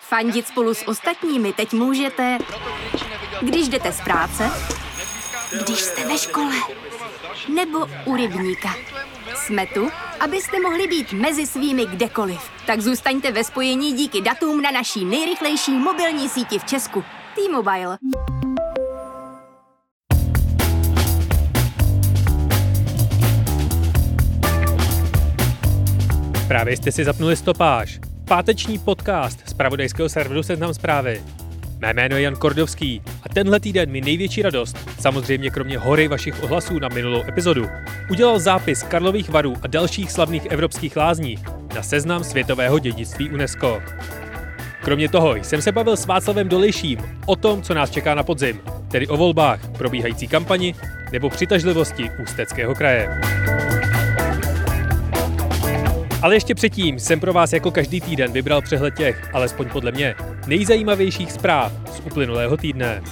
Fandit spolu s ostatními teď můžete, když jdete z práce, když jste ve škole, nebo u rybníka. Jsme tu, abyste mohli být mezi svými kdekoliv. Tak zůstaňte ve spojení díky datům na naší nejrychlejší mobilní síti v Česku. T-Mobile. Právě jste si zapnuli stopáž. Páteční podcast z zpravodajského serveru Seznam Zprávy. Mé jméno je Jan Kordovský a tenhle týden mi největší radost, samozřejmě kromě hory vašich ohlasů na minulou epizodu, udělal zápis Karlových Varů a dalších slavných evropských lázní na seznam světového dědictví UNESCO. Kromě toho jsem se bavil s Václavem Dolejším o tom, co nás čeká na podzim, tedy o volbách, probíhající kampani nebo přitažlivosti Ústeckého kraje. Ale ještě předtím jsem pro vás jako každý týden vybral přehled těch, alespoň podle mě, nejzajímavějších zpráv z uplynulého týdne.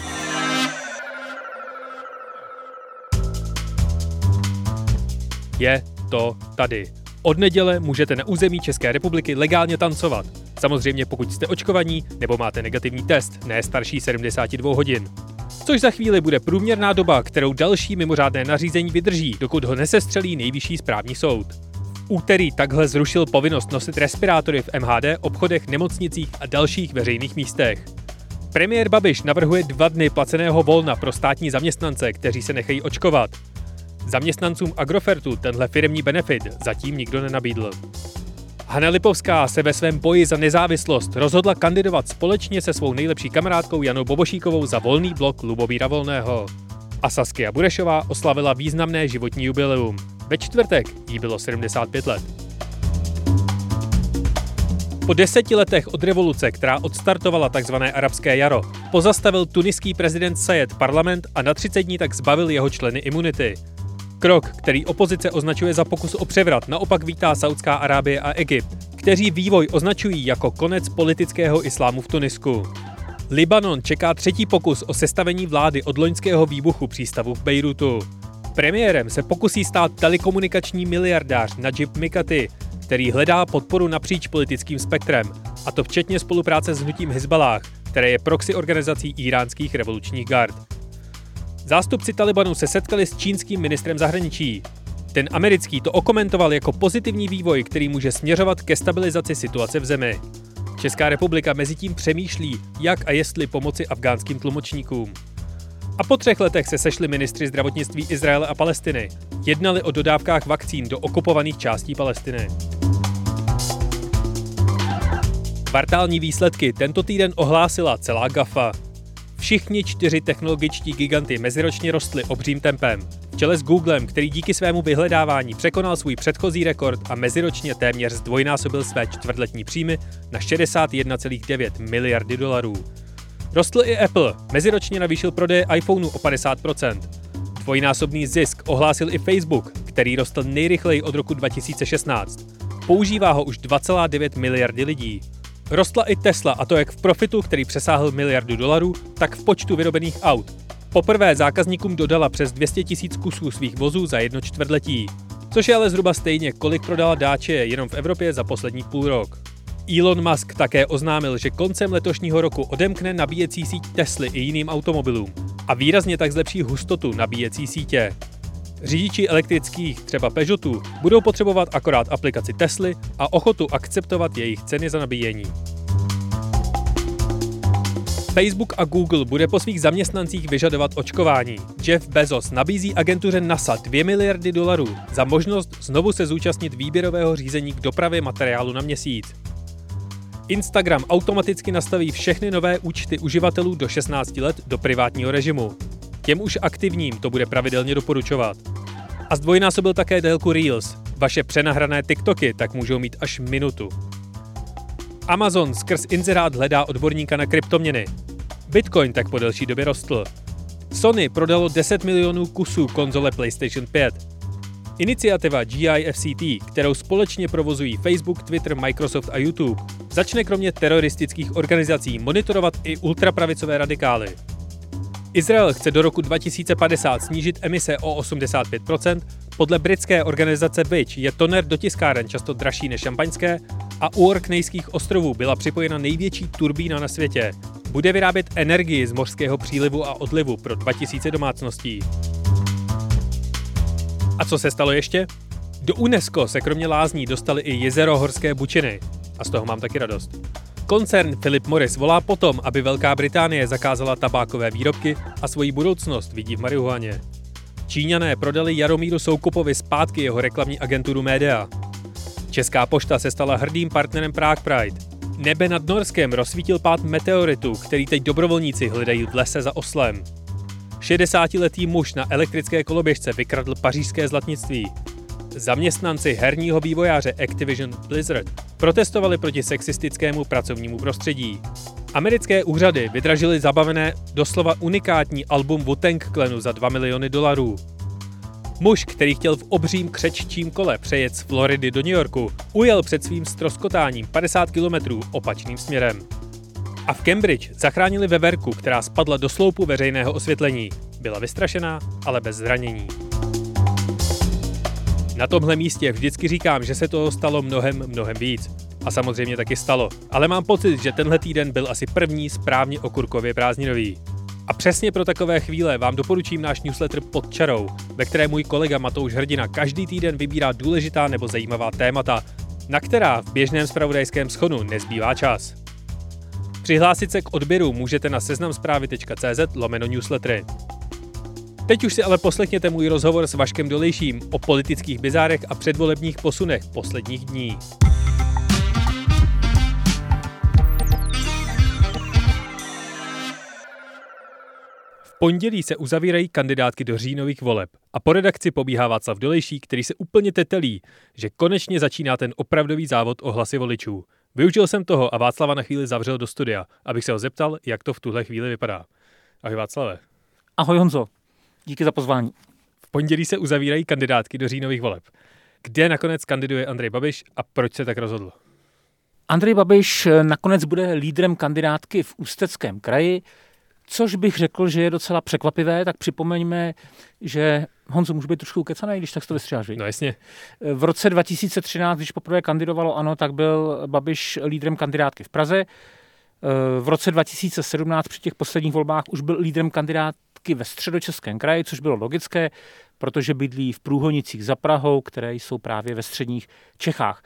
Je to tady. Od neděle můžete na území České republiky legálně tancovat. Samozřejmě pokud jste očkovaní nebo máte negativní test, ne starší 72 hodin. Což za chvíli bude průměrná doba, kterou další mimořádné nařízení vydrží, dokud ho nesestřelí nejvyšší správní soud. Úterý takhle zrušil povinnost nosit respirátory v MHD, obchodech, nemocnicích a dalších veřejných místech. Premiér Babiš navrhuje 2 dny placeného volna pro státní zaměstnance, kteří se nechají očkovat. Zaměstnancům Agrofertu tenhle firemní benefit zatím nikdo nenabídl. Hana Lipovská se ve svém boji za nezávislost rozhodla kandidovat společně se svou nejlepší kamarádkou Janou Bobošíkovou za Volný blok Lubomíra Volného. A Saskia Burešová oslavila významné životní jubileum. Ve čtvrtek jí bylo 75 let. Po 10 letech od revoluce, která odstartovala tzv. Arabské jaro, pozastavil tuniský prezident Sajed parlament a na 30 dní tak zbavil jeho členy imunity. Krok, který opozice označuje za pokus o převrat, naopak vítá Saudská Arábie a Egypt, kteří vývoj označují jako konec politického islámu v Tunisku. Libanon čeká 3. pokus o sestavení vlády od loňského výbuchu přístavu v Bejrutu. Premiérem se pokusí stát telekomunikační miliardář Najib Mikati, který hledá podporu napříč politickým spektrem, a to včetně spolupráce s hnutím Hizballáh, které je proxy organizací íránských revolučních gard. Zástupci Talibanu se setkali s čínským ministrem zahraničí. Ten americký to okomentoval jako pozitivní vývoj, který může směřovat ke stabilizaci situace v zemi. Česká republika mezitím přemýšlí, jak a jestli pomoci afghánským tlumočníkům. A po 3 letech se sešli ministři zdravotnictví Izraele a Palestiny. Jednali o dodávkách vakcín do okupovaných částí Palestiny. Kvartální výsledky tento týden ohlásila celá GAFA. Všichni 4 technologičtí giganty meziročně rostli obřím tempem. V čele s Googlem, který díky svému vyhledávání překonal svůj předchozí rekord a meziročně téměř zdvojnásobil své čtvrtletní příjmy na 61,9 miliardy dolarů. Rostl i Apple, meziročně navýšil prodeje iPhoneu o 50%. Dvojnásobný zisk ohlásil i Facebook, který rostl nejrychleji od roku 2016. Používá ho už 2,9 miliardy lidí. Rostla i Tesla, a to jak v profitu, který přesáhl $1 miliardu, tak v počtu vyrobených aut. Poprvé zákazníkům dodala přes 200 000 kusů svých vozů za 1 čtvrtletí. Což je ale zhruba stejně, kolik prodala Dacia jenom v Evropě za poslední půlrok. Elon Musk také oznámil, že koncem letošního roku odemkne nabíjecí síť Tesly i jiným automobilům a výrazně tak zlepší hustotu nabíjecí sítě. Řidiči elektrických, třeba Peugeotů, budou potřebovat akorát aplikaci Tesly a ochotu akceptovat jejich ceny za nabíjení. Facebook a Google bude po svých zaměstnancích vyžadovat očkování. Jeff Bezos nabízí agentuře NASA $2 miliardy za možnost znovu se zúčastnit výběrového řízení k dopravě materiálu na Měsíc. Instagram automaticky nastaví všechny nové účty uživatelů do 16 let do privátního režimu. Těm už aktivním to bude pravidelně doporučovat. A zdvojnásobil také délku Reels. Vaše přenahrané TikToky tak můžou mít až minutu. Amazon skrz inzerát hledá odborníka na kryptoměny. Bitcoin tak po delší době rostl. Sony prodalo 10 milionů kusů konzole PlayStation 5. Iniciativa GIFCT, kterou společně provozují Facebook, Twitter, Microsoft a YouTube, začne kromě teroristických organizací monitorovat i ultrapravicové radikály. Izrael chce do roku 2050 snížit emise o 85%, Podle britské organizace Which je toner do tiskáren často dražší než šampaňské a u Orknejských ostrovů byla připojena největší turbína na světě. Bude vyrábět energii z mořského přílivu a odlivu pro 2000 domácností. A co se stalo ještě? Do UNESCO se kromě lázní dostali i jezero Horské Bučiny. A z toho mám taky radost. Koncern Philip Morris volá potom, aby Velká Británie zakázala tabákové výrobky a svoji budoucnost vidí v marihuaně. Číňané prodali Jaromíru Soukupovi zpátky jeho reklamní agenturu Média. Česká pošta se stala hrdým partnerem Prague Pride. Nebe nad Norskem rozsvítil pád meteoritu, který teď dobrovolníci hledají v lese za Oslem. 60letý muž na elektrické koloběžce vykradl pařížské zlatnictví. Zaměstnanci herního vývojáře Activision Blizzard protestovali proti sexistickému pracovnímu prostředí. Americké úřady vydražily zabavené doslova unikátní album Wu-Tang Clanu za $2 miliony. Muž, který chtěl v obřím křeččím kole přejet z Floridy do New Yorku, ujel před svým ztroskotáním 50 kilometrů opačným směrem. A v Cambridge zachránili veverku, která spadla do sloupu veřejného osvětlení. Byla vystrašená, ale bez zranění. Na tomhle místě vždycky říkám, že se toho stalo mnohem víc. A samozřejmě taky stalo. Ale mám pocit, že tenhle týden byl asi první správně okurkově prázdninový. A přesně pro takové chvíle vám doporučím náš newsletter Pod čarou, ve které můj kolega Matouš Hrdina každý týden vybírá důležitá nebo zajímavá témata, na která v běžném zpravodajském shonu nezbývá čas. Přihlásit se k odběru můžete na seznamzpravy.cz/newslettery. Teď už si ale poslechněte můj rozhovor s Vaškem Dolejším o politických bizárech a předvolebních posunech posledních dní. V pondělí se uzavírají kandidátky do říjnových voleb a po redakci pobíhá Václav Dolejší, který se úplně tetelí, že konečně začíná ten opravdový závod o hlasy voličů. Využil jsem toho a Václava na chvíli zavřel do studia, abych se ho zeptal, jak to v tuhle chvíli vypadá. Ahoj Václave. Ahoj Honzo, díky za pozvání. V pondělí se uzavírají kandidátky do říjnových voleb. Kde nakonec kandiduje Andrej Babiš a proč se tak rozhodl? Andrej Babiš nakonec bude lídrem kandidátky v Ústeckém kraji, což bych řekl, že je docela překvapivé, tak připomeňme, že Honzo, můžu být trošku ukecanej, když tak to vystříháš, No jasně. V roce 2013, když poprvé kandidovalo ANO, tak byl Babiš lídrem kandidátky v Praze. V roce 2017 při těch posledních volbách už byl lídrem kandidátky ve Středočeském kraji, což bylo logické, protože bydlí v Průhonicích za Prahou, které jsou právě ve středních Čechách.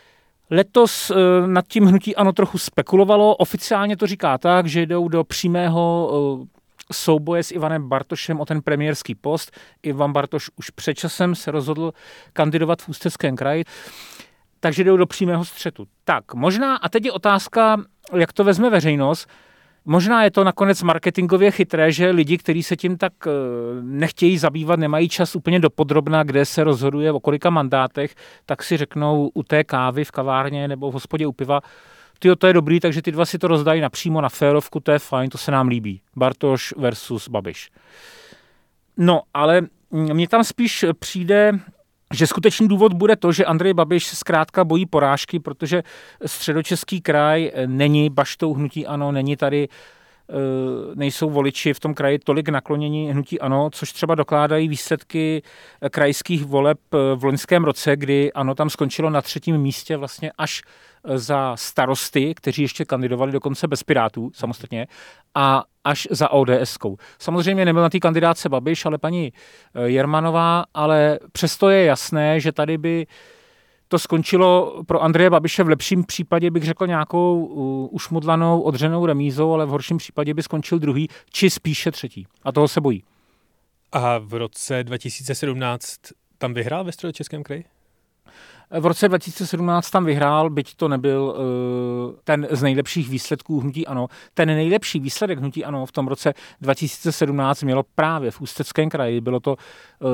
Letos nad tím hnutí ANO trochu spekulovalo. Oficiálně to říká tak, že jdou do přímého souboje s Ivanem Bartošem o ten premiérský post. Ivan Bartoš už před časem se rozhodl kandidovat v Ústeckém kraji, takže jdou do přímého střetu. Tak, možná, a teď je otázka, jak to vezme veřejnost. Možná je to nakonec marketingově chytré, že lidi, kteří se tím tak nechtějí zabývat, nemají čas úplně dopodrobna, kde se rozhoduje o kolika mandátech, tak si řeknou u té kávy v kavárně nebo v hospodě u piva, tyjo, to je dobrý, takže ty dva si to rozdají napřímo na férovku, to je fajn, to se nám líbí. Bartoš versus Babiš. No, ale mně tam spíš přijde, že skutečný důvod bude to, že Andrej Babiš se zkrátka bojí porážky, protože Středočeský kraj není baštou hnutí ANO, není tady, nejsou voliči v tom kraji tolik naklonění hnutí ANO, což třeba dokládají výsledky krajských voleb v loňském roce, kdy ANO tam skončilo na 3. místě vlastně až za starosty, kteří ještě kandidovali dokonce bez Pirátů samostatně, a až za ODS-kou. Samozřejmě nebyl na té kandidátce Babiš, ale paní Jermanová, ale přesto je jasné, že tady by to skončilo pro Andreje Babiše v lepším případě, bych řekl, nějakou ušmudlanou, odřenou remízou, ale v horším případě by skončil druhý, či spíše třetí. A toho se bojí. A v roce 2017 tam vyhrál ve Středočeském kraji? V roce 2017 tam vyhrál, byť to nebyl ten z nejlepších výsledků hnutí ANO. Ten nejlepší výsledek hnutí ANO v tom roce 2017 mělo právě v Ústeckém kraji. Bylo to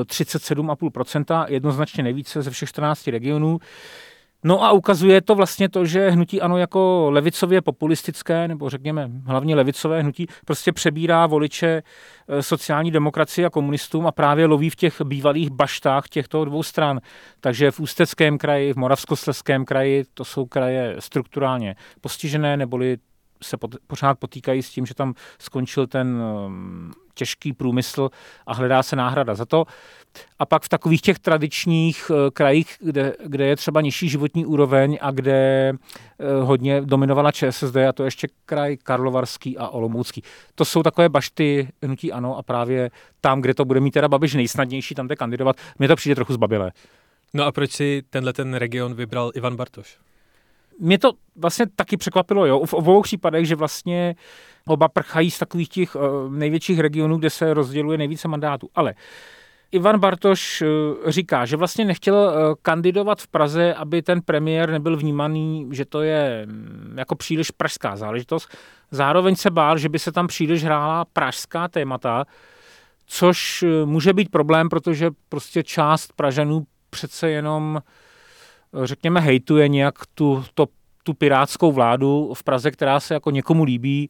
37,5%, jednoznačně nejvíce ze všech 14 regionů. No a ukazuje to vlastně to, že hnutí ANO jako levicově populistické, nebo řekněme hlavně levicové hnutí, prostě přebírá voliče sociální demokracie a komunistům a právě loví v těch bývalých baštách těchto dvou stran. Takže v Ústeckém kraji, v Moravskoslezském kraji, to jsou kraje strukturálně postižené, neboli se pořád potýkají s tím, že tam skončil ten těžký průmysl a hledá se náhrada za to. A pak v takových těch tradičních krajích, kde je třeba nižší životní úroveň a kde hodně dominovala ČSSD, a to ještě kraj Karlovarský a Olomoucký. To jsou takové bašty hnutí ANO a právě tam, kde to bude mít teda Babiš nejsnadnější, tam jde kandidovat, mně to přijde trochu zbabilé. No a proč si ten region vybral Ivan Bartoš? Mě to vlastně taky překvapilo, jo, v obou případech, že vlastně oba prchají z takových těch největších regionů, kde se rozděluje nejvíce mandátů. Ale Ivan Bartoš říká, že vlastně nechtěl kandidovat v Praze, aby ten premiér nebyl vnímaný, že to je jako příliš pražská záležitost. Zároveň se bál, že by se tam příliš hrála pražská témata, což může být problém, protože prostě část Pražanů přece jenom, řekněme, hejtuje nějak tu pirátskou vládu v Praze, která se jako někomu líbí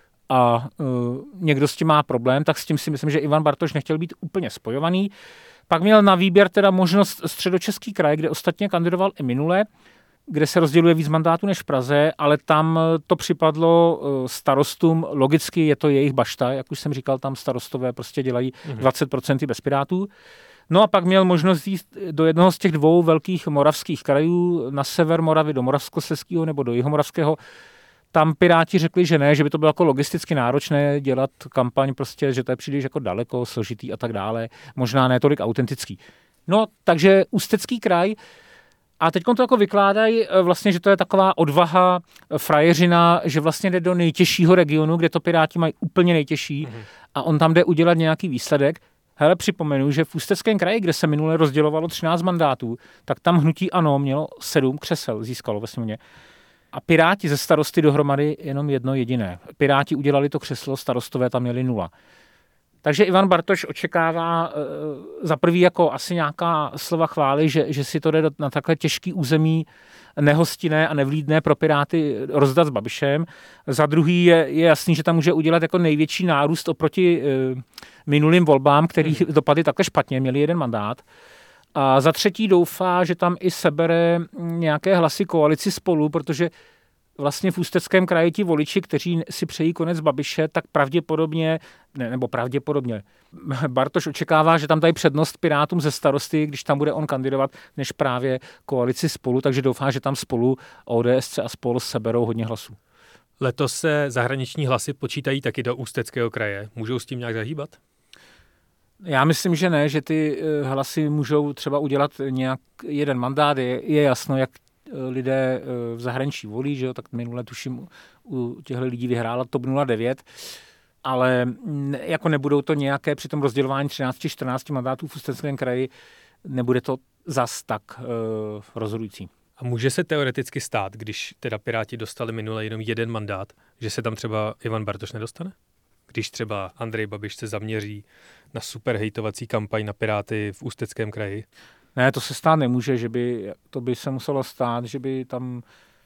a někdo s tím má problém, tak s tím si myslím, že Ivan Bartoš nechtěl být úplně spojovaný. Pak měl na výběr teda možnost Středočeský kraj, kde ostatně kandidoval i minule, kde se rozděluje víc mandátů než v Praze, ale tam to připadlo starostům, logicky je to jejich bašta, jak už jsem říkal, tam starostové prostě dělají 20% bez pirátů. No a pak měl možnost jít do jednoho z těch dvou velkých moravských krajů, na sever Moravy do Moravskoslezského nebo do Jihomoravského. Tam Piráti řekli, že ne, že by to bylo jako logisticky náročné dělat kampaň, prostě, že to je příliš jako daleko, složitý a tak dále. Možná ne tolik autentický. No, takže Ústecký kraj. A teď to jako vykládají vlastně, že to je taková odvaha, frajeřina, že vlastně jde do nejtěžšího regionu, kde to Piráti mají úplně nejtěžší a on tam jde udělat nějaký výsledek. Hele, připomenu, že v Ústeckém kraji, kde se minule rozdělovalo 13 mandátů, tak tam hnutí ANO mělo 7 křesel, získalo ve sněmovně. A Piráti ze starosty dohromady jenom jedno jediné. Piráti udělali to křeslo, starostové tam měli 0. Takže Ivan Bartoš očekává za prvý jako asi nějaká slova chvály, že si to jde na takhle těžký území nehostinné a nevlídné pro Piráty rozdat s Babišem. Za druhý je jasný, že tam může udělat jako největší nárůst oproti minulým volbám, který dopadly takhle špatně, měli 1 mandát. A za třetí doufá, že tam i sebere nějaké hlasy koalici Spolu, protože vlastně v Ústeckém kraji ti voliči, kteří si přejí konec Babiše, tak pravděpodobně, Bartoš očekává, že tam dají přednost Pirátům ze starosty, když tam bude on kandidovat, než právě koalici Spolu, takže doufá, že tam Spolu, ODS a Spol seberou hodně hlasů. Letos se zahraniční hlasy počítají taky do Ústeckého kraje. Můžou s tím nějak zahýbat? Já myslím, že ne, že ty hlasy můžou třeba udělat nějak 1 mandát. Je jasno, jak lidé v zahraničí volí, že jo, tak minule tuším u těchto lidí vyhrála TOP 09, ale jako nebudou to nějaké při tom rozdělování 13-14 mandátů v Ústeckém kraji, nebude to zas tak rozhodující. A může se teoreticky stát, když teda Piráti dostali minule jenom 1 mandát, že se tam třeba Ivan Bartoš nedostane? Když třeba Andrej Babiš se zaměří na super hejtovací kampaň na Piráty v Ústeckém kraji? Ne, to se stát nemůže, to by se muselo stát, že by tam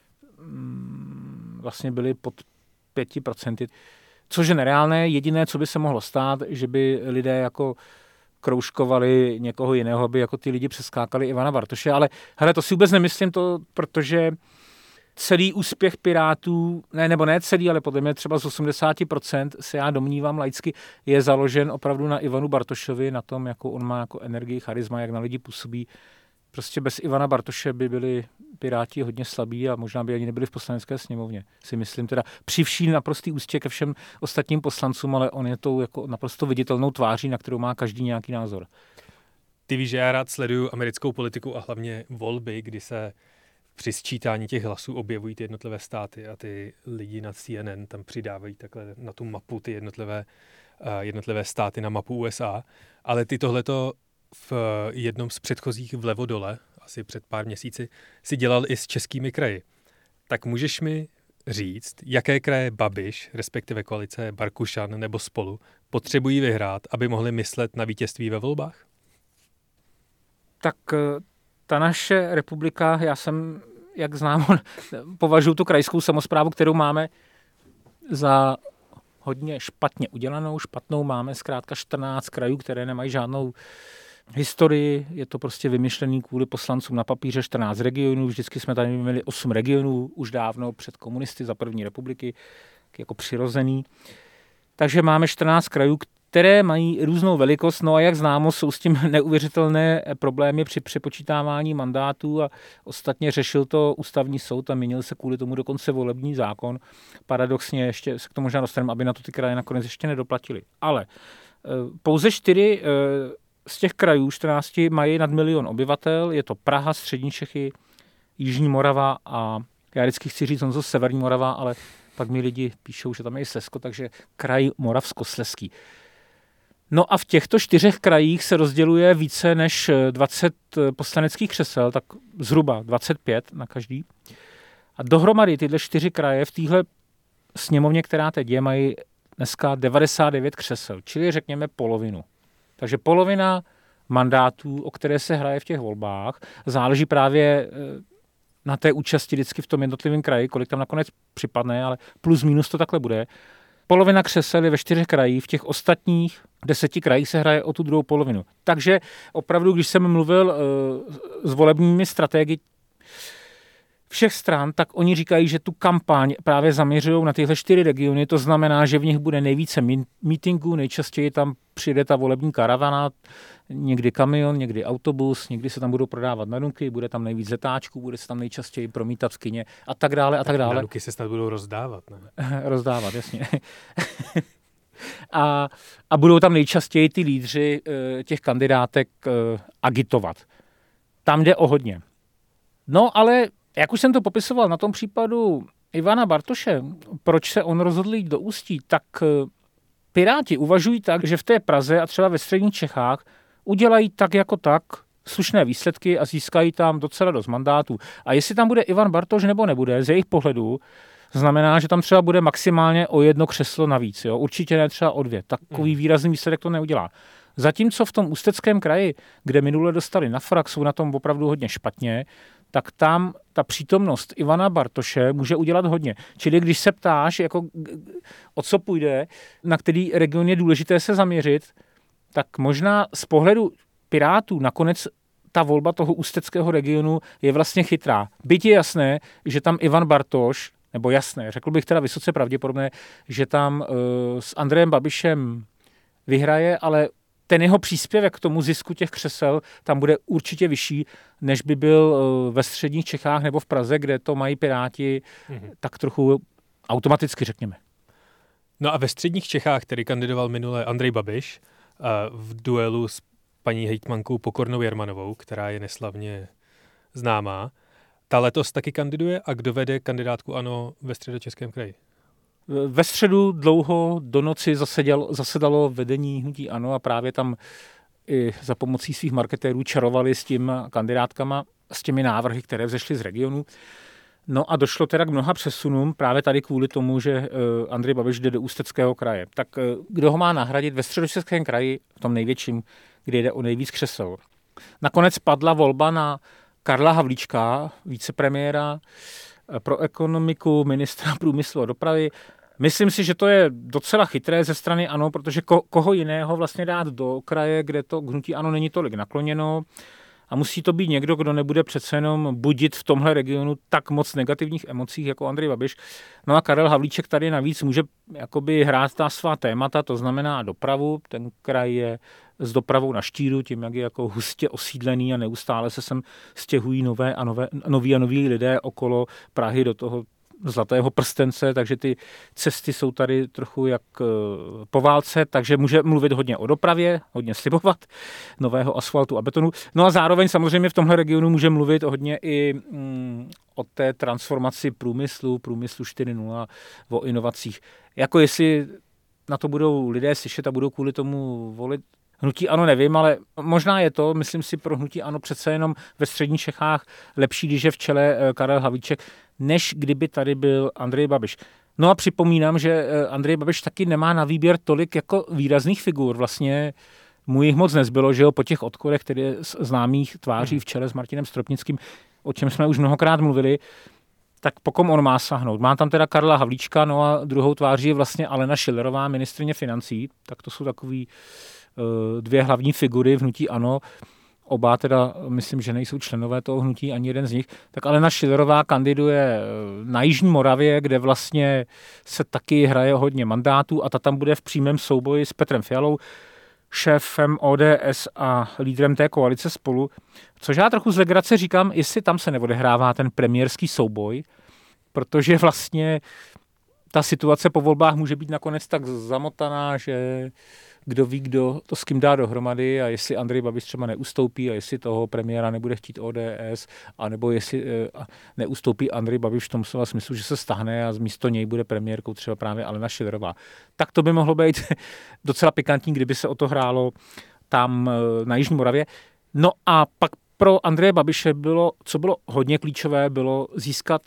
vlastně byli pod 5%. Což je nereálné, jediné, co by se mohlo stát, že by lidé jako kroužkovali někoho jiného, aby jako ty lidi přeskákali Ivana Bartoše, ale hele, to si vůbec nemyslím, protože celý úspěch Pirátů, ne celý, ale podle mě třeba z 80% se já domnívám laicky, je založen opravdu na Ivanu Bartošovi, na tom, jakou on má jako energii, charisma, jak na lidi působí. Prostě bez Ivana Bartoše by byli Piráti hodně slabí a možná by ani nebyli v poslanecké sněmovně. Si myslím teda při vší naprostý úctě ke všem ostatním poslancům, ale on je tou jako naprosto viditelnou tváří, na kterou má každý nějaký názor. Ty víš, že já rád sleduju americkou politiku a hlavně volby, kdy se při sčítání těch hlasů objevují ty jednotlivé státy a ty lidi na CNN tam přidávají takhle na tu mapu ty jednotlivé státy na mapu USA. Ale ty tohleto v jednom z předchozích vlevo dole, asi před pár měsíci, si dělal i s českými kraji. Tak můžeš mi říct, jaké kraje Babiš, respektive koalice Barkušan nebo Spolu, potřebují vyhrát, aby mohli myslet na vítězství ve volbách? Tak ta naše republika, já jsem, jak znám, považuji tu krajskou samosprávu, kterou máme za hodně špatně udělanou. Špatnou máme zkrátka 14 krajů, které nemají žádnou historii, je to prostě vymyšlený kvůli poslancům na papíře 14 regionů, vždycky jsme tady měli 8 regionů, už dávno před komunisty za první republiky, jako přirozený. Takže máme 14 krajů, které mají různou velikost, no a jak známo, jsou s tím neuvěřitelné problémy při přepočítávání mandátů a ostatně řešil to ústavní soud a měnil se kvůli tomu dokonce volební zákon. Paradoxně ještě se k tomu možná dostaneme, aby na to ty kraje nakonec ještě nedoplatili. Ale pouze 4 z těch krajů, 14, mají nad 1 milion obyvatel, je to Praha, Střední Čechy, Jižní Morava a já vždycky chci říct, on to Severní Morava, ale pak mi lidi píšou, že tam je i Slezsko, takže kraj Moravskoslezský. No a v těchto 4 krajích se rozděluje více než 20 poslaneckých křesel, tak zhruba 25 na každý. A dohromady tyhle 4 kraje v téhle sněmovně, která teď je, mají dneska 99 křesel, čili řekněme polovinu. Takže polovina mandátů, o které se hraje v těch volbách, záleží právě na té účasti vždycky v tom jednotlivém kraji, kolik tam nakonec připadne, ale plus minus to takhle bude. Polovina křesel je ve 4 krajích, v těch ostatních 10 krajích se hraje o tu druhou polovinu. Takže opravdu, když jsem mluvil s volebními strategy všech stran, tak oni říkají, že tu kampaň právě zaměřují na tyhle 4 regiony, to znamená, že v nich bude nejvíce mítinků, nejčastěji tam přijde ta volební karavana, někdy kamion, někdy autobus, někdy se tam budou prodávat nanuky, bude tam nejvíc letáčků, bude se tam nejčastěji promítat v kině a tak dále a tak dále. Nanuky se snad budou rozdávat, ne? Rozdávat, jasně. A budou tam nejčastěji ty lídři těch kandidátek agitovat. Tam jde o hodně. No ale jak už jsem to popisoval na tom případu Ivana Bartoše, proč se on rozhodl jít do Ústí, tak Piráti uvažují tak, že v té Praze a třeba ve středních Čechách udělají tak jako tak slušné výsledky a získají tam docela dost mandátů. A jestli tam bude Ivan Bartoš nebo nebude, z jejich pohledu, znamená, že tam třeba bude maximálně o 1 křeslo navíc. Jo? Určitě ne třeba o 2. Takový výrazný výsledek to neudělá. Zatímco v tom Ústeckém kraji, kde minule dostali na frak, jsou na tom opravdu hodně špatně, tak tam ta přítomnost Ivana Bartoše může udělat hodně. Čili když se ptáš, jako, o co půjde, na který region je důležité se zaměřit, tak možná z pohledu Pirátů nakonec ta volba toho ústeckého regionu je vlastně chytrá. Byť je jasné, že tam Ivan Bartoš, nebo jasné, řekl bych teda vysoce pravděpodobné, že tam s Andrejem Babišem vyhraje, ale ten jeho příspěvek k tomu zisku těch křesel tam bude určitě vyšší, než by byl ve středních Čechách nebo v Praze, kde to mají Piráti tak trochu automaticky, řekněme. No a ve středních Čechách, který kandidoval minule Andrej Babiš v duelu s paní hejtmankou Pokornou Jermanovou, která je neslavně známá, ta letos taky kandiduje a kdo vede kandidátku ANO ve Středočeském kraji? Ve středu dlouho do noci zasedalo vedení hnutí ANO a právě tam i za pomocí svých marketérů čarovali s tím kandidátkama, s těmi návrhy, které vzešly z regionu. No a došlo teda k mnoha přesunům právě tady kvůli tomu, že Andrej Babiš jde do Ústeckého kraje. Tak kdo ho má nahradit ve Středočeském kraji, v tom největším, kde jde o nejvíc křesel? Nakonec padla volba na Karla Havlíčka, vicepremiéra pro ekonomiku, ministra průmyslu a dopravy. Myslím si, že to je docela chytré ze strany ANO, protože koho jiného vlastně dát do kraje, kde to hnutí ANO není tolik nakloněno a musí to být někdo, kdo nebude přece jenom budit v tomhle regionu tak moc negativních emocí jako Andrej Babiš. No a Karel Havlíček tady navíc může jakoby hrát ta svá témata, to znamená dopravu. Ten kraj je s dopravou na štíru, tím, jak je jako hustě osídlený a neustále se sem stěhují noví lidé okolo Prahy do toho zlatého prstence, takže ty cesty jsou tady trochu jak po válce, takže může mluvit hodně o dopravě, hodně slibovat nového asfaltu a betonu. No a zároveň samozřejmě v tomhle regionu může mluvit hodně i o té transformaci průmyslu 4.0, o inovacích. Jako jestli na to budou lidé slyšet a budou kvůli tomu volit hnutí ANO, nevím, ale možná je to, myslím si, pro hnutí ANO přece jenom ve středních Čechách lepší, když je v čele Karel Havlíček, než kdyby tady byl Andrej Babiš. No a připomínám, že Andrej Babiš taky nemá na výběr tolik jako výrazných figur. Vlastně mu jich moc nezbylo, že jo, po těch odchodech, tedy známých tváří v čele s Martinem Stropnickým, o čem jsme už mnohokrát mluvili, tak po kom on má sáhnout. Má tam teda Karla Havlíčka, no a druhou tváří je vlastně Alena Schillerová, ministryně financí, tak to jsou takový dvě hlavní figury v hnutí ANO, oba teda, myslím, že nejsou členové toho hnutí, ani jeden z nich, tak Alena Schillerová kandiduje na Jižní Moravě, kde vlastně se taky hraje hodně mandátů a ta tam bude v přímém souboji s Petrem Fialou, šéfem ODS a lídrem té koalice Spolu. Což já trochu z legrace říkám, jestli tam se neodehrává ten premiérský souboj, protože vlastně ta situace po volbách může být nakonec tak zamotaná, že kdo ví, kdo to s kým dá dohromady a jestli Andrej Babiš třeba neustoupí a jestli toho premiéra nebude chtít ODS, anebo jestli neustoupí Andrej Babiš v tom slova smyslu, že se stáhne a místo něj bude premiérkou třeba právě Alena Schillerová. Tak to by mohlo být docela pikantní, kdyby se o to hrálo tam na Jižní Moravě. No a pak pro Andreje Babiše co bylo hodně klíčové, bylo získat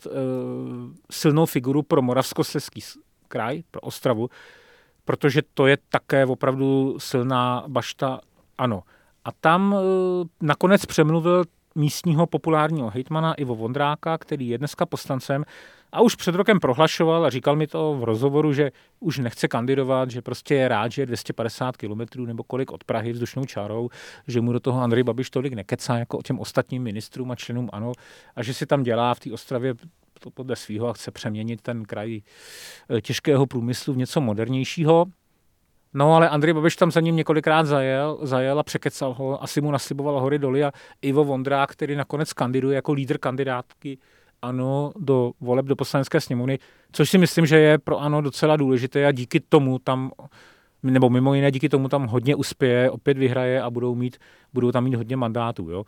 silnou figuru pro Moravskoslezský kraj, pro Ostravu, protože to je také opravdu silná bašta ANO. A tam nakonec přemluvil místního populárního hejtmana Ivo Vondráka, který je dneska poslancem a už před rokem prohlašoval a říkal mi to v rozhovoru, že už nechce kandidovat, že prostě je rád, že je 250 kilometrů nebo kolik od Prahy vzdušnou čárou, že mu do toho Andrej Babiš tolik nekecá jako těm ostatním ministrům a členům ANO a že si tam dělá v té Ostravě to podle svýho a chce přeměnit ten kraj těžkého průmyslu v něco modernějšího. No ale Andrej Babiš tam za ním několikrát zajel a překecal ho, asi mu nasliboval hory doly a Ivo Vondrák, který nakonec kandiduje jako lídr kandidátky ANO do voleb do Poslanecké sněmovny, což si myslím, že je pro ANO docela důležité a díky tomu tam, nebo mimo jiné díky tomu tam hodně uspěje, opět vyhraje a budou tam mít hodně mandátů. Jo.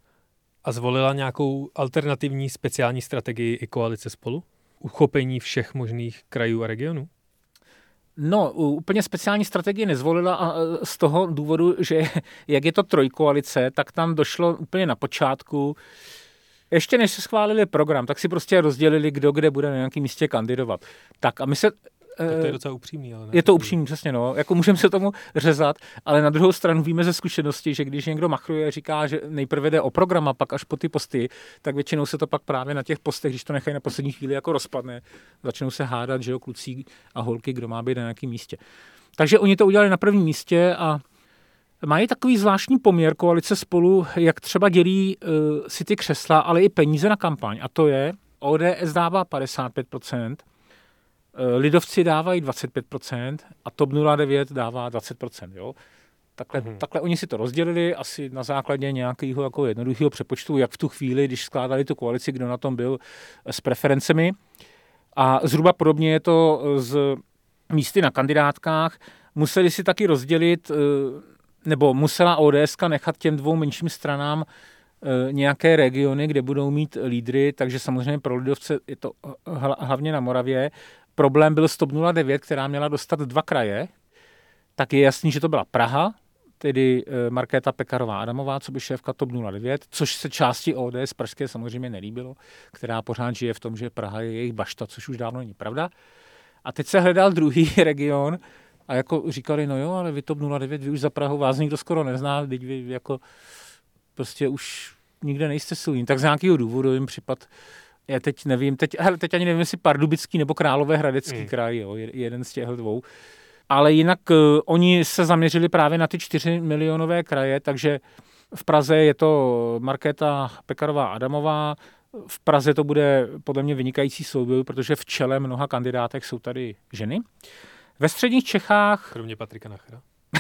A zvolila nějakou alternativní speciální strategii i koalice Spolu? Uchopení všech možných krajů a regionů? No, úplně speciální strategii nezvolila a z toho důvodu, že jak je to trojkoalice, tak tam došlo úplně na počátku, ještě než se schválili program, tak si prostě rozdělili, kdo kde bude na nějakém místě kandidovat. Tak a my se... Tak to je docela upřímný. Ale ne? Je to upřímný, přesně, no. Jako můžeme se tomu řezat, ale na druhou stranu víme ze zkušenosti, že když někdo machruje a říká, že nejprve jde o program a pak až po ty posty, tak většinou se to pak právě na těch postech, když to nechají na poslední chvíli jako rozpadne, začnou se hádat, že jo, kluci a holky, kdo má být na nějakém místě. Takže oni to udělali na prvním místě a mají takový zvláštní poměr koalice Spolu, jak třeba dělí si ty křesla, ale i peníze na kampaň. A to je, ODS dává 55%, lidovci dávají 25% a TOP 09 dává 20%. Jo? Takhle oni si to rozdělili, asi na základě nějakého jako jednoduchého přepočtu, jak v tu chvíli, když skládali tu koalici, kdo na tom byl s preferencemi. A zhruba podobně je to z místy na kandidátkách. Museli si taky rozdělit, nebo musela ODSka nechat těm dvou menším stranám nějaké regiony, kde budou mít lídry, takže samozřejmě pro lidovce je to hlavně na Moravě. Problém byl s TOP 09, která měla dostat 2 kraje, tak je jasný, že to byla Praha, tedy Markéta Pekarová Adamová, co by šéfka TOP 09, což se části ODS pražské samozřejmě nelíbilo, která pořád žije v tom, že Praha je jejich bašta, což už dávno není pravda. A teď se hledal druhý region a jako říkali, no jo, ale vy TOP 09, vy už za Prahu vás nikdo skoro nezná, teď vy jako prostě už nikde nejste silní. Tak z nějakého důvodu jim připad, já teď nevím, teď ani nevím, jestli Pardubický nebo Královéhradecký kraj, jo, jeden z těchto dvou. Ale jinak oni se zaměřili právě na ty 4 milionové kraje, takže v Praze je to Markéta Pekarová Adamová, v Praze to bude podle mě vynikající souboj, protože v čele mnoha kandidátek jsou tady ženy. Ve středních Čechách... Kromě Patrika Nachera.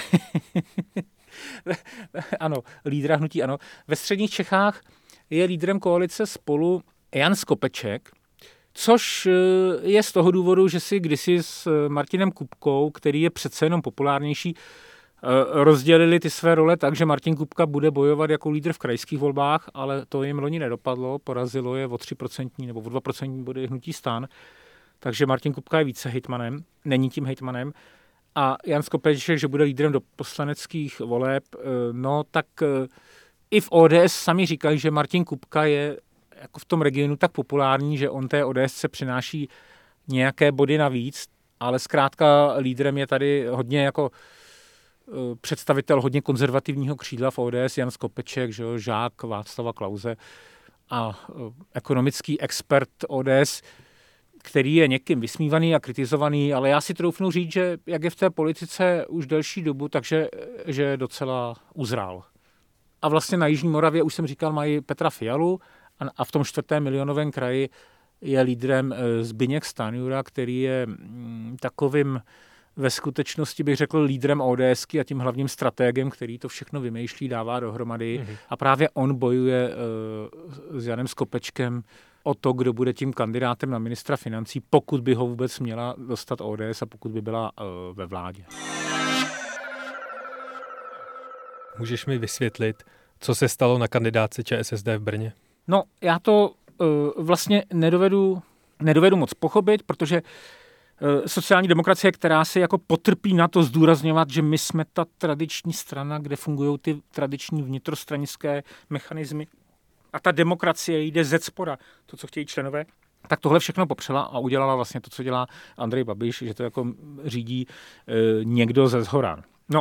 Ano, lídra hnutí ANO. Ve středních Čechách je lídrem koalice Spolu Jan Skopeček, což je z toho důvodu, že si kdysi s Martinem Kupkou, který je přece jenom populárnější, rozdělili ty své role tak, že Martin Kupka bude bojovat jako lídr v krajských volbách, ale to jim loni nedopadlo, porazilo je o 3% nebo o 2% body hnutí STAN, takže Martin Kupka je více hejtmanem, není tím hejtmanem. A Jan Skopeček, že bude lídrem do poslaneckých voleb, no tak i v ODS sami říkají, že Martin Kupka je jako v tom regionu tak populární, že on té ODS přináší nějaké body navíc, ale zkrátka lídrem je tady hodně jako představitel hodně konzervativního křídla v ODS, Jan Skopeček, že jo, žák Václava Klause a ekonomický expert ODS, který je někým vysmívaný a kritizovaný, ale já si troufnu říct, že jak je v té politice už delší dobu, takže že docela uzrál. A vlastně na Jižní Moravě, už jsem říkal, mají Petra Fialu a v tom 4. milionovém kraji je lídrem Zbyněk Stanjura, který je takovým ve skutečnosti bych řekl lídrem ODSky a tím hlavním stratégem, který to všechno vymýšlí, dává dohromady. A právě on bojuje s Janem Skopečkem o to, kdo bude tím kandidátem na ministra financí, pokud by ho vůbec měla dostat ODS a pokud by byla ve vládě. Můžeš mi vysvětlit, co se stalo na kandidátce ČSSD v Brně? No, já to vlastně nedovedu moc pochopit, protože sociální demokracie, která se jako potrpí na to zdůrazňovat, že my jsme ta tradiční strana, kde fungují ty tradiční vnitrostranické mechanismy a ta demokracie jde ze spoda, to, co chtějí členové, tak tohle všechno popřela a udělala vlastně to, co dělá Andrej Babiš, že to jako řídí někdo ze zhora. No.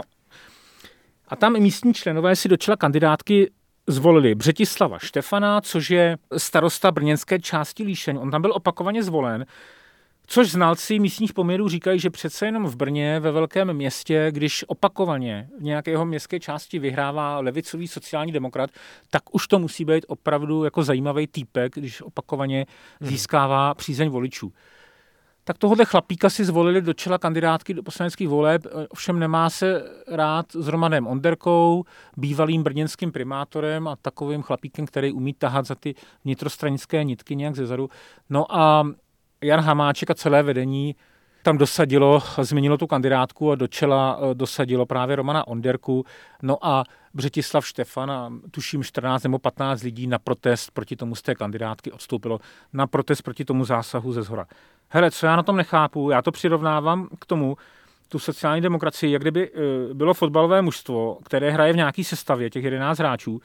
A tam místní členové si do čela kandidátky zvolili Břetislava Štefana, což je starosta brněnské části Líšeň. On tam byl opakovaně zvolen, což znalci místních poměrů říkají, že přece jenom v Brně, ve velkém městě, když opakovaně v nějakého městské části vyhrává levicový sociální demokrat, tak už to musí být opravdu jako zajímavý týpek, když opakovaně získává přízeň voličů. Tak tohohle chlapíka si zvolili do čela kandidátky do poslaneckých voleb, ovšem nemá se rád s Romanem Onderkou, bývalým brněnským primátorem a takovým chlapíkem, který umí tahat za ty vnitrostranické nitky nějak zezadu. No a Jan Hamáček a celé vedení tam změnilo tu kandidátku a do čela dosadilo právě Romana Onderku. No a Břetislav Štefan a tuším 14 nebo 15 lidí na protest proti tomu z té kandidátky odstoupilo. Na protest proti tomu zásahu ze zhora. Hele, co já na tom nechápu, já to přirovnávám k tomu, tu sociální demokracii, jak kdyby bylo fotbalové mužstvo, které hraje v nějaký sestavě, těch 11 hráčů,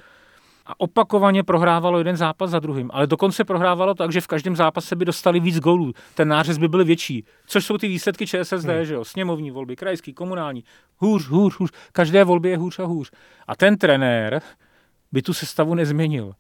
a opakovaně prohrávalo jeden zápas za druhým, ale dokonce prohrávalo tak, že v každém zápase by dostali víc gólů, ten nářez by byl větší, což jsou ty výsledky ČSSD, že jo, sněmovní volby, krajský, komunální, hůř, každé volby je hůř a hůř. A ten trenér by tu sestavu nezměnil.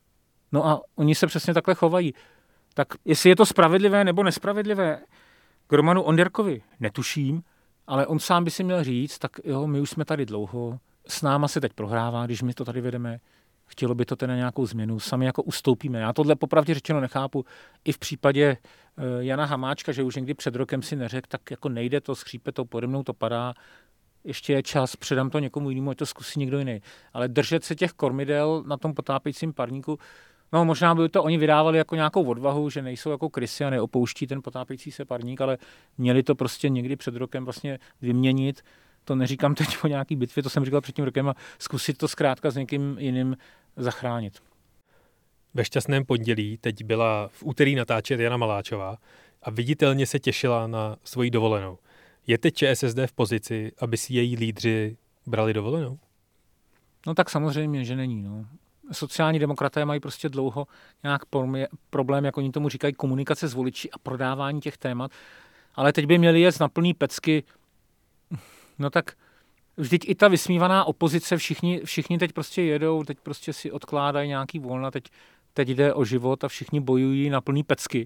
No a oni se přesně takhle chovají. Tak jestli je to spravedlivé nebo nespravedlivé, k Romanu Onderkovi netuším, ale on sám by si měl říct, tak jo, my už jsme tady dlouho, s náma se teď prohrává, když my to tady vedeme, chtělo by to teda nějakou změnu, sami jako ustoupíme. Já tohle popravdě řečeno nechápu. I v případě Jana Hamáčka, že už někdy před rokem si neřekl, tak jako nejde to, skřípe to, pode mnou to padá, ještě je čas, předám to někomu jinému, ať to zkusí někdo jiný. Ale držet se těch kormidel na tom potápějícím parníku, no možná by to oni vydávali jako nějakou odvahu, že nejsou jako krysy a neopouští ten potápějící se parník, ale měli to prostě někdy před rokem vlastně vyměnit. To neříkám teď o nějaký bitvě, to jsem říkal před tím rokem a zkusit to zkrátka s někým jiným zachránit. Ve šťastném pondělí teď byla v úterý natáčet Jana Maláčová a viditelně se těšila na svoji dovolenou. Je teď ČSSD v pozici, aby si její lídři brali dovolenou? No tak samozřejmě, že není. No. Sociální demokraté mají prostě dlouho nějak problém, jak oni tomu říkají, komunikace s voliči a prodávání těch témat. Ale teď by měli jet na plný pecky. No tak vždyť i ta vysmívaná opozice, všichni teď prostě jedou, teď prostě si odkládají nějaký volna, teď jde o život a všichni bojují na plný pecky.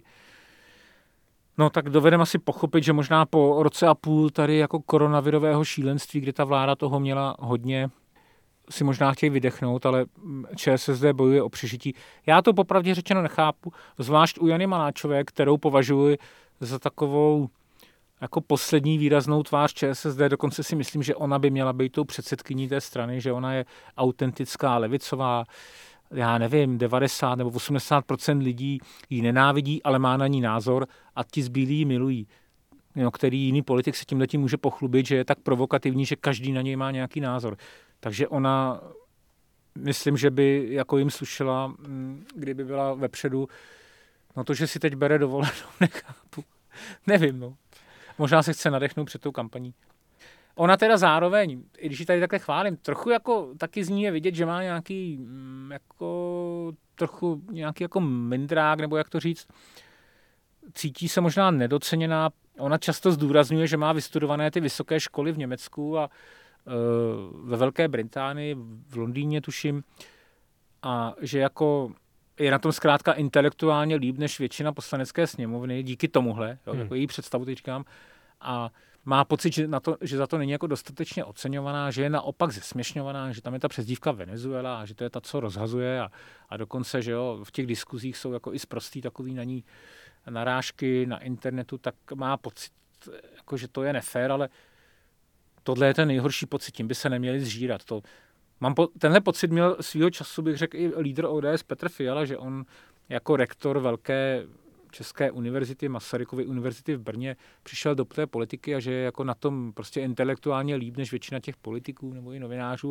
No tak dovedeme asi pochopit, že možná po roce a půl tady jako koronavirového šílenství, kdy ta vláda toho měla hodně, si možná chtějí vydechnout, ale ČSSD bojuje o přežití. Já to popravdě řečeno nechápu, zvlášť u Jany Maláčové, kterou považuji za takovou jako poslední výraznou tvář ČSSD, dokonce si myslím, že ona by měla být tou předsedkyní té strany, že ona je autentická, levicová, já nevím, 90 nebo 80% lidí ji nenávidí, ale má na ní názor a ti zbylí ji milují. No, který jiný politik se tímhletím může pochlubit, že je tak provokativní, že každý na něj má nějaký názor. Takže ona, myslím, že by jako jim slušela, kdyby byla vepředu, no to, že si teď bere dovolenou, nechápu. Nevím, no. Možná se chce nadechnout před tou kampaní. Ona teda zároveň, i když ji tady takhle chválím, trochu jako taky z ní je vidět, že má nějaký jako trochu nějaký jako mindrák, nebo jak to říct, cítí se možná nedoceněná. Ona často zdůrazňuje, že má vystudované ty vysoké školy v Německu a ve Velké Británii, v Londýně tuším, a že jako je na tom zkrátka intelektuálně líp než většina poslanecké sněmovny, díky tomuhle, jako její představu teď říkám, a má pocit, že za to není jako dostatečně oceňovaná, že je naopak zesměšňovaná, že tam je ta přezdívka Venezuela a že to je ta, co rozhazuje a dokonce, že jo, v těch diskuzích jsou jako i sprostý takový na ní narážky na internetu, tak má pocit, jako, že to je nefér, ale tohle je ten nejhorší pocit, tím by se neměli zžírat. Tenhle pocit měl svýho času, bych řekl, i lídr ODS Petr Fiala, že on jako rektor velké České univerzity, Masarykovy univerzity v Brně, přišel do té politiky a že je jako na tom prostě intelektuálně líp než většina těch politiků nebo i novinářů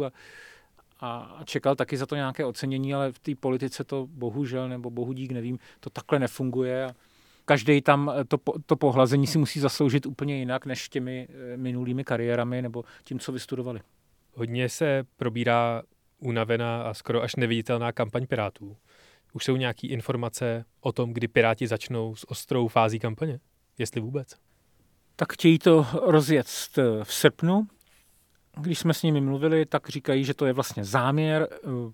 a čekal taky za to nějaké ocenění, ale v té politice to bohužel, nebo bohudík, nevím, to takhle nefunguje a každý tam to pohlazení si musí zasloužit úplně jinak než těmi minulými kariérami nebo tím, co vystudovali. Hodně se probírá unavená a skoro až neviditelná kampaň Pirátů. Už jsou nějaké informace o tom, kdy Piráti začnou s ostrou fází kampaně? Jestli vůbec? Tak chtějí to rozjet v srpnu. Když jsme s nimi mluvili, tak říkají, že to je vlastně záměr.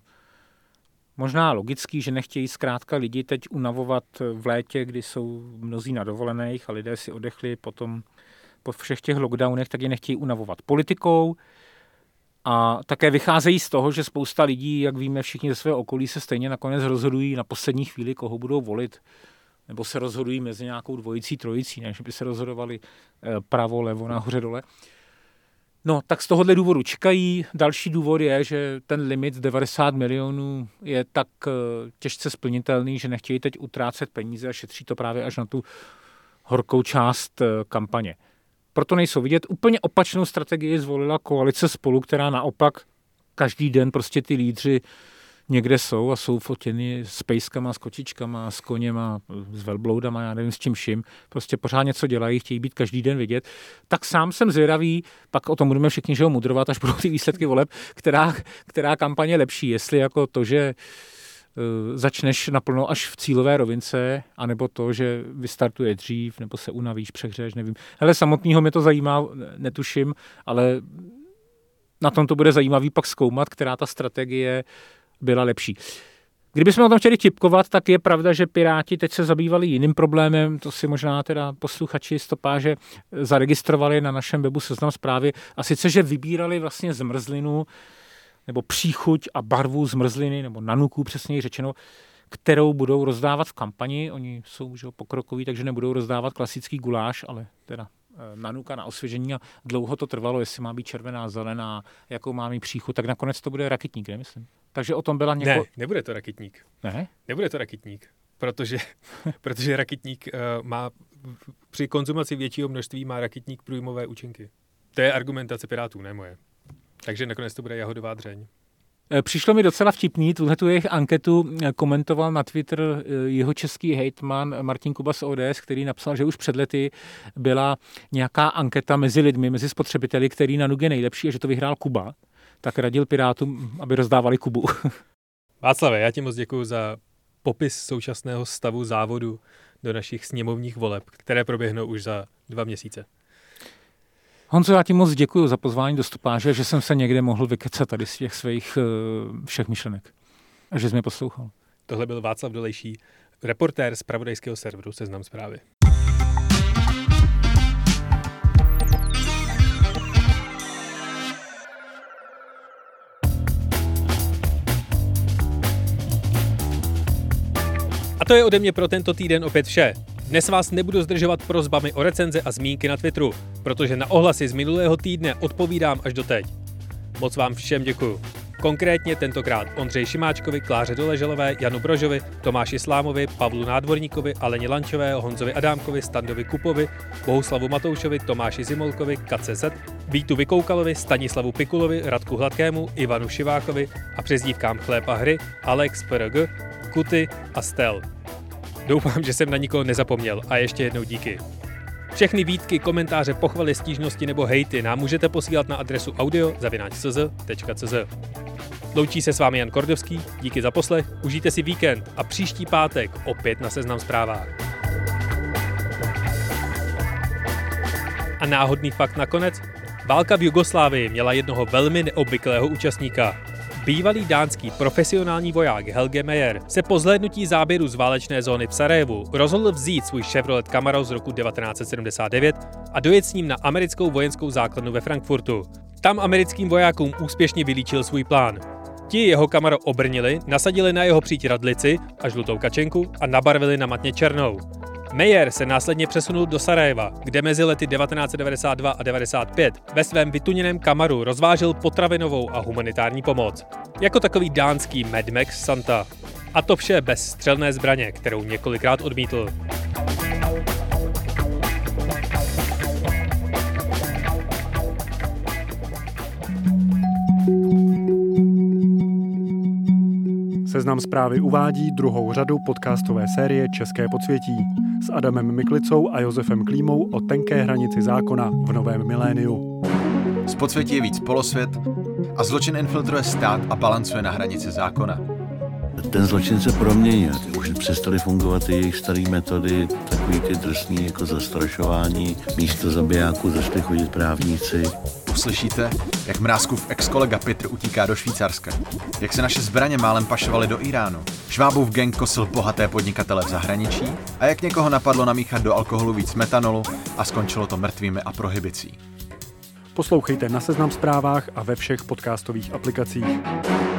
Možná logický, že nechtějí zkrátka lidi teď unavovat v létě, kdy jsou mnozí na dovolených a lidé si odechli potom po všech těch lockdownech, tak je nechtějí unavovat politikou. A také vycházejí z toho, že spousta lidí, jak víme všichni ze svého okolí, se stejně nakonec rozhodují na poslední chvíli, koho budou volit. Nebo se rozhodují mezi nějakou dvojicí, trojicí, než by se rozhodovali pravo, levo, nahoře, dole. No, tak z tohohle důvodu čekají. Další důvod je, že ten limit 90 milionů je tak těžce splnitelný, že nechtějí teď utrácet peníze a šetří to právě až na tu horkou část kampaně. Proto nejsou vidět. Úplně opačnou strategii zvolila koalice Spolu, která naopak každý den prostě ty lídři někde jsou a jsou fotěny s pejskama, s kočičkama, s koněma, s velbloudama, já nevím s čím vším. Prostě pořád něco dělají, chtějí být každý den vidět. Tak sám jsem zvědavý, pak o tom budeme všichni že ho mudrovat, až budou ty výsledky voleb, která kampaně je lepší. Jestli jako to, že začneš naplno až v cílové rovince, anebo to, že vystartuje dřív, nebo se unavíš, přehřeješ, nevím. Hele, samotného mě to zajímá, netuším, ale na tom to bude zajímavý pak zkoumat, která ta strategie byla lepší. Kdybychom o tom chtěli tipkovat, tak je pravda, že Piráti teď se zabývali jiným problémem, to si možná teda posluchači Stopáže zaregistrovali na našem webu Seznam Zprávy, a sice, že vybírali vlastně zmrzlinu nebo příchuť a barvu zmrzliny, nebo nanuků přesněji řečeno, kterou budou rozdávat v kampani. Oni jsou už pokrokoví, takže nebudou rozdávat klasický guláš, ale teda nanuka na osvěžení a dlouho to trvalo, jestli má být červená, zelená, jakou má mít příchuť, tak nakonec to bude rakitník, nemyslím. Takže o tom byla Ne, nebude to rakitník. Ne? Nebude to rakitník, protože rakitník má při konzumaci většího množství má rakitník průjmové účinky. To je argumentace Pirátů, ne moje. Takže nakonec to bude jahodová dřeň. Přišlo mi docela vtipný, tuhletu jejich anketu komentoval na Twitter jeho český hejtman Martin Kuba z ODS, který napsal, že už před lety byla nějaká anketa mezi lidmi, mezi spotřebiteli, který nanuk je nejlepší a že to vyhrál Kuba. Tak radil Pirátům, aby rozdávali Kubu. Václave, já ti moc děkuju za popis současného stavu závodu do našich sněmovních voleb, které proběhnou už za 2 měsíce. Honzo, já ti moc děkuji za pozvání do Stopáže, že jsem se někde mohl vykecat tady z těch svých všech myšlenek a že jsi mě poslouchal. Tohle byl Václav Dolejší, reportér z zpravodajského serveru Seznam Zprávy. A to je ode mě pro tento týden opět vše. Dnes vás nebudu zdržovat prosbami o recenze a zmínky na Twitteru, protože na ohlasy z minulého týdne odpovídám až doteď. Moc vám všem děkuju. Konkrétně tentokrát Ondřeji Šimáčkovi, Kláře Doleželové, Janu Brožovi, Tomáši Slámovi, Pavlu Nádvorníkovi, Aleně Lančové, Honzovi Adámkovi, Standovi Kupovi, Bohuslavu Matoušovi, Tomáši Zimolkovi, Katce Z, Vítu Vykoukalovi, Stanislavu Pikulovi, Radku Hladkému, Ivanu Šivákovi a přezdívkám Chléb a hry, Alex PRG, Kuty a Stel. Doufám, že jsem na nikoho nezapomněl a ještě jednou díky. Všechny výtky, komentáře, pochvaly, stížnosti nebo hejty nám můžete posílat na adresu audio@cz.cz. Loučí se s vámi Jan Kordovský, díky za poslech, užijte si víkend a příští pátek opět na Seznam Zprávách. A náhodný fakt nakonec, válka v Jugoslávii měla jednoho velmi neobvyklého účastníka. Bývalý dánský profesionální voják Helge Meyer se po zhlédnutí záběru z válečné zóny v Sarajevu rozhodl vzít svůj Chevrolet Camaro z roku 1979 a dojet s ním na americkou vojenskou základnu ve Frankfurtu. Tam americkým vojákům úspěšně vylíčil svůj plán. Ti jeho Camaro obrnili, nasadili na jeho příď radlici a žlutou kačenku a nabarvili na matně černou. Meyer se následně přesunul do Sarajeva, kde mezi lety 1992 a 1995 ve svém vytuněném Camaru rozvážel potravinovou a humanitární pomoc. Jako takový dánský Mad Max Santa. A to vše bez střelné zbraně, kterou několikrát odmítl. Seznam Zprávy uvádí druhou řadu podcastové série České podsvětí s Adamem Miklicou a Josefem Klímou o tenké hranici zákona v novém miléniu. Z podsvětí je víc polosvět a zločin infiltruje stát a balancuje na hranici zákona. Ten zločin se proměnil. Už přestaly fungovat ty jejich staré metody, takový ty drsný jako zastrašování. Místo zabijáků začali chodit právníci. Uslyšíte, jak Mrázkův ex-kolega Petr utíká do Švýcarska, jak se naše zbraně málem pašovaly do Iránu, Švábův gang kosil bohaté podnikatele v zahraničí a jak někoho napadlo namíchat do alkoholu víc metanolu a skončilo to mrtvými a prohibicí. Poslouchejte na Seznam Zprávách a ve všech podcastových aplikacích.